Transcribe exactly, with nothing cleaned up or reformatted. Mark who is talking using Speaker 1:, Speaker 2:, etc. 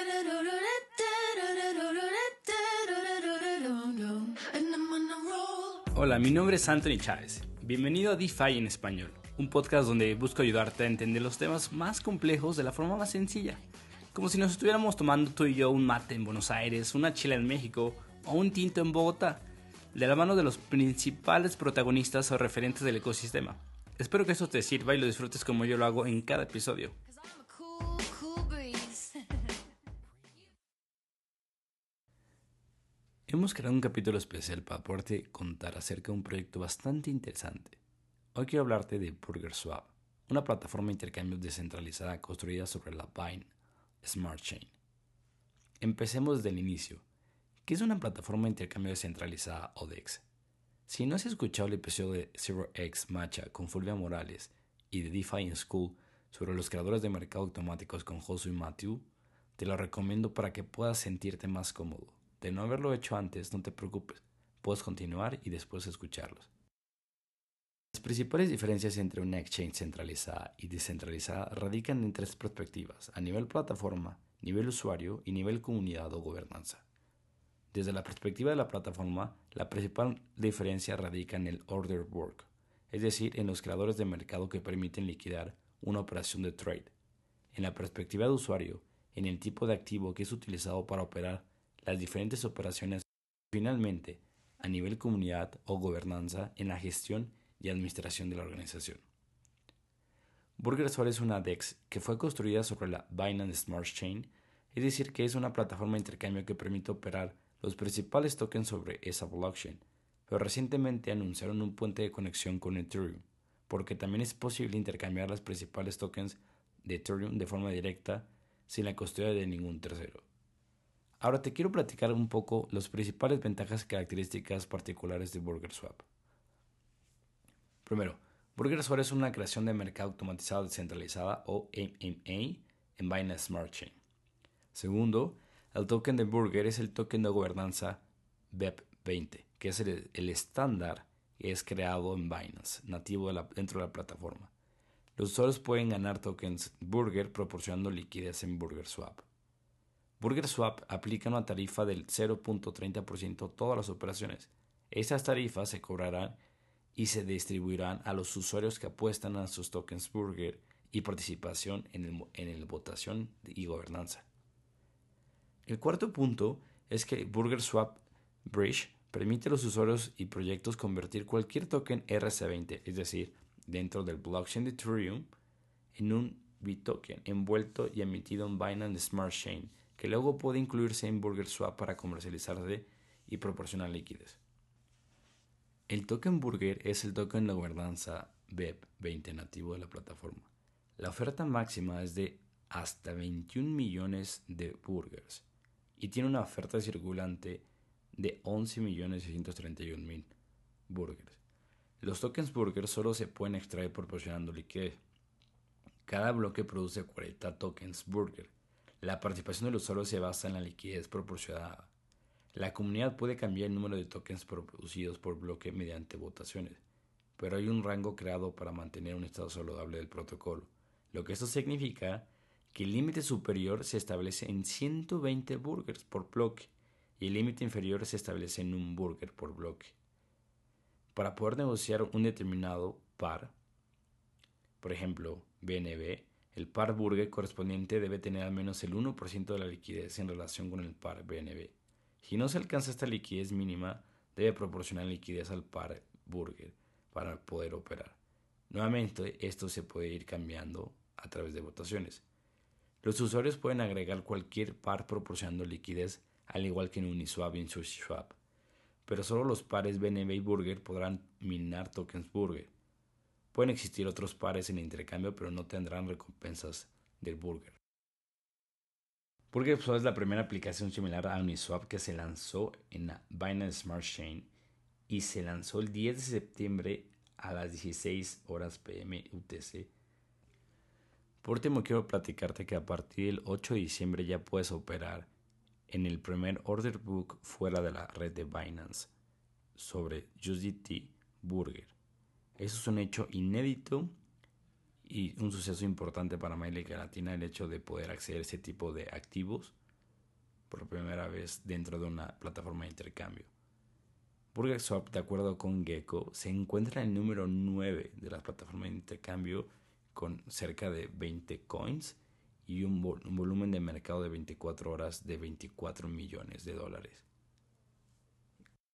Speaker 1: Hola, mi nombre es Anthony Chávez. Bienvenido a DeFi en español, un podcast donde busco ayudarte a entender los temas más complejos de la forma más sencilla. Como si nos estuviéramos tomando tú y yo un mate en Buenos Aires, una chela en México o un tinto en Bogotá, de la mano de los principales protagonistas o referentes del ecosistema. Espero que esto te sirva y lo disfrutes como yo lo hago en cada episodio. Hemos creado un capítulo especial para poderte contar acerca de un proyecto bastante interesante. Hoy quiero hablarte de BurgerSwap, una plataforma de intercambio descentralizada construida sobre la Binance Smart Chain. Empecemos desde el inicio. ¿Qué es una plataforma de intercambio descentralizada o D E X? Si no has escuchado el episodio de Zero X Matcha con Fulvia Morales y de DeFi in School sobre los creadores de mercado automáticos con Josué Matthew, te lo recomiendo para que puedas sentirte más cómodo. De no haberlo hecho antes, no te preocupes, puedes continuar y después escucharlos. Las principales diferencias entre una exchange centralizada y descentralizada radican en tres perspectivas: a nivel plataforma, nivel usuario y nivel comunidad o gobernanza. Desde la perspectiva de la plataforma, la principal diferencia radica en el order book, es decir, en los creadores de mercado que permiten liquidar una operación de trade. En la perspectiva de usuario, en el tipo de activo que es utilizado para operar las diferentes operaciones. Finalmente, a nivel comunidad o gobernanza, en la gestión y administración de la organización. BurgerSwap es una D E X que fue construida sobre la Binance Smart Chain, es decir, que es una plataforma de intercambio que permite operar los principales tokens sobre esa blockchain, pero recientemente anunciaron un puente de conexión con Ethereum, porque también es posible intercambiar los principales tokens de Ethereum de forma directa sin la custodia de ningún tercero. Ahora te quiero platicar un poco las principales ventajas y características particulares de BurgerSwap. Primero, BurgerSwap es una creación de mercado automatizado descentralizada o M M A en Binance Smart Chain. Segundo, el token de Burger es el token de gobernanza B E P veinte, que es el, el estándar que es creado en Binance, nativo de la, dentro de la plataforma. Los usuarios pueden ganar tokens Burger proporcionando liquidez en BurgerSwap. BurgerSwap aplica una tarifa del cero punto treinta por ciento a todas las operaciones. Estas tarifas se cobrarán y se distribuirán a los usuarios que apuestan a sus tokens Burger y participación en el, en el votación y gobernanza. El cuarto punto es que BurgerSwap Bridge permite a los usuarios y proyectos convertir cualquier token R C veinte, es decir, dentro del blockchain de Ethereum, en un BitToken envuelto y emitido en Binance Smart Chain, que luego puede incluirse en BurgerSwap para comercializarse y proporcionar liquidez. El token Burger es el token de gobernanza B E P veinte nativo de la plataforma. La oferta máxima es de hasta veintiún millones de burgers y tiene una oferta circulante de once millones seiscientos treinta y un mil burgers. Los tokens Burger solo se pueden extraer proporcionando liquidez. Cada bloque produce cuarenta tokens Burger. La participación del usuario se basa en la liquidez proporcionada. La comunidad puede cambiar el número de tokens producidos por bloque mediante votaciones, pero hay un rango creado para mantener un estado saludable del protocolo, lo que esto significa que el límite superior se establece en ciento veinte burgers por bloque y el límite inferior se establece en un burger por bloque. Para poder negociar un determinado par, por ejemplo, B N B, el par burger correspondiente debe tener al menos el uno por ciento de la liquidez en relación con el par B N B. Si no se alcanza esta liquidez mínima, debe proporcionar liquidez al par Burger para poder operar. Nuevamente, esto se puede ir cambiando a través de votaciones. Los usuarios pueden agregar cualquier par proporcionando liquidez, al igual que en Uniswap y en SushiSwap, pero solo los pares B N B y Burger podrán minar tokens Burger. Pueden existir otros pares en intercambio, pero no tendrán recompensas del Burger. BurgerSwap es la primera aplicación similar a Uniswap que se lanzó en la Binance Smart Chain y se lanzó el diez de septiembre a las dieciséis horas P M U T C. Por último, quiero platicarte que a partir del ocho de diciembre ya puedes operar en el primer order book fuera de la red de Binance sobre U S D T Burger. Eso es un hecho inédito y un suceso importante para América Latina, el hecho de poder acceder a ese tipo de activos por primera vez dentro de una plataforma de intercambio. BurgerSwap, de acuerdo con Gecko, se encuentra en el número nueve de las plataformas de intercambio con cerca de veinte coins y un, vol- un volumen de mercado de veinticuatro horas de veinticuatro millones de dólares.